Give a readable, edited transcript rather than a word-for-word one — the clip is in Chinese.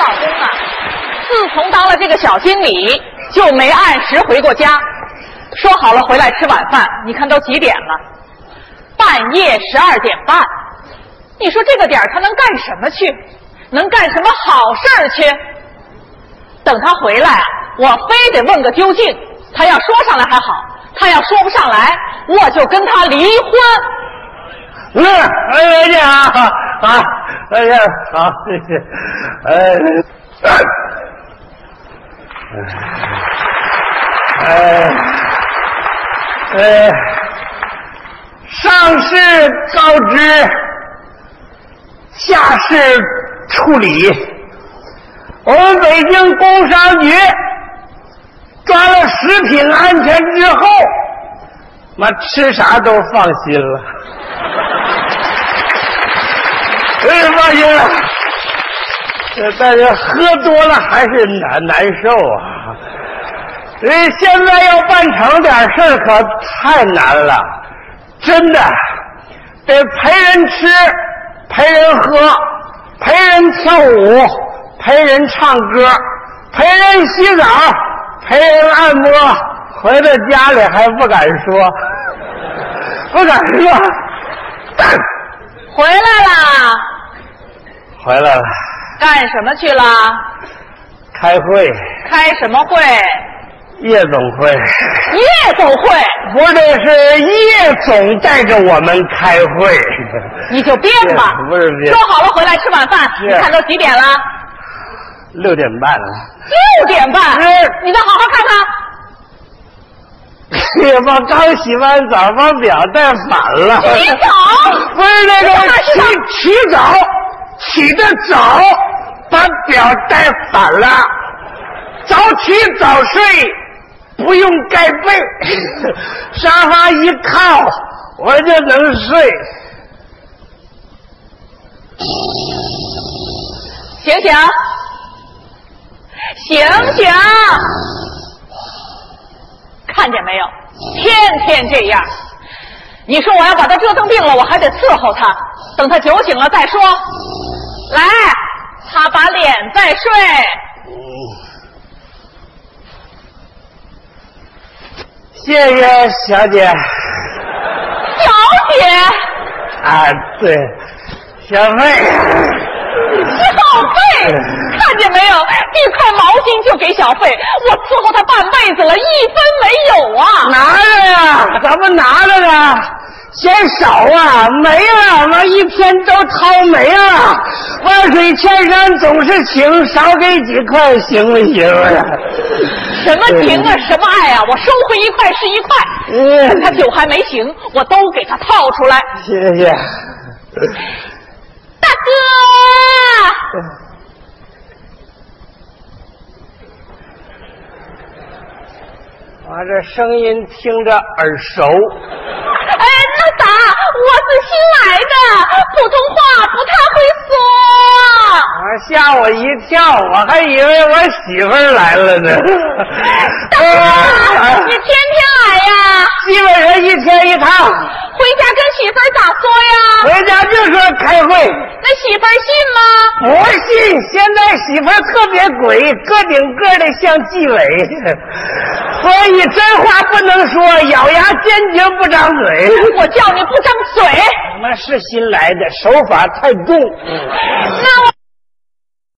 老公啊，自从当了这个小经理，就没按时回过家。说好了回来吃晚饭，你看都几点了？半夜12点半。你说这个点他能干什么去？能干什么好事儿去？等他回来啊，我非得问个究竟。他要说上来还好，他要说不上来，我就跟他离婚。 哎呀，好，哎呀，好，谢谢。上事告知，下事处理。我们北京工商局抓了食品安全之后，妈吃啥都放心了。放心了。但是喝多了还是难受啊。现在要办成点事儿可太难了，真的得陪人吃，陪人喝，陪人跳舞，陪人唱歌，陪人洗澡，陪人按摩，回到家里还不敢说， 回来啦！ 回来了。 干什么去了？ 开会。 开什么会？ 夜总会。 夜总会？ 不是，是叶总带着我们开会。 你就编吧。 不是编。 说好了回来吃晚饭，你看都几点了 ？6点半了。 6点半？你再好好看看。 我刚洗完澡，把表带反了。 洗澡？ 不是那个起早，起得早，把表带反了。早起早睡，不用盖被，沙发一靠，我就能睡。 醒醒，醒醒！看见没有？天天这样。你说我要把他折腾病了，我还得伺候他，等他酒醒了再说。来，擦把脸再睡。 谢谢小姐。 小姐？ 啊，对，小费。 小费？看见没有？一块毛巾就给小费，我伺候他半辈子了，1分没有啊！ 拿着呀，咱们拿着呢。嫌少啊，没了，妈一天都掏没了。万水千山总是情，少给几块行不行啊？ 什么情啊，什么爱啊？我收回1块是1块。趁他酒还没醒，我都给他套出来。 谢谢。 大哥。 我这声音听着耳熟。 那咋？我是新来的，普通话不太会说。 吓我一跳，我还以为我媳妇儿来了呢。 大哥，你天天来呀？ 基本上1天1趟。 回家跟媳妇儿咋说呀？ 回家就说开会。 那媳妇儿信吗？ 不信，现在媳妇儿特别鬼，个顶个的像纪委，所以真话不能说，咬牙坚决不张嘴。 我叫你不张嘴。 我们是新来的，手法太重。 那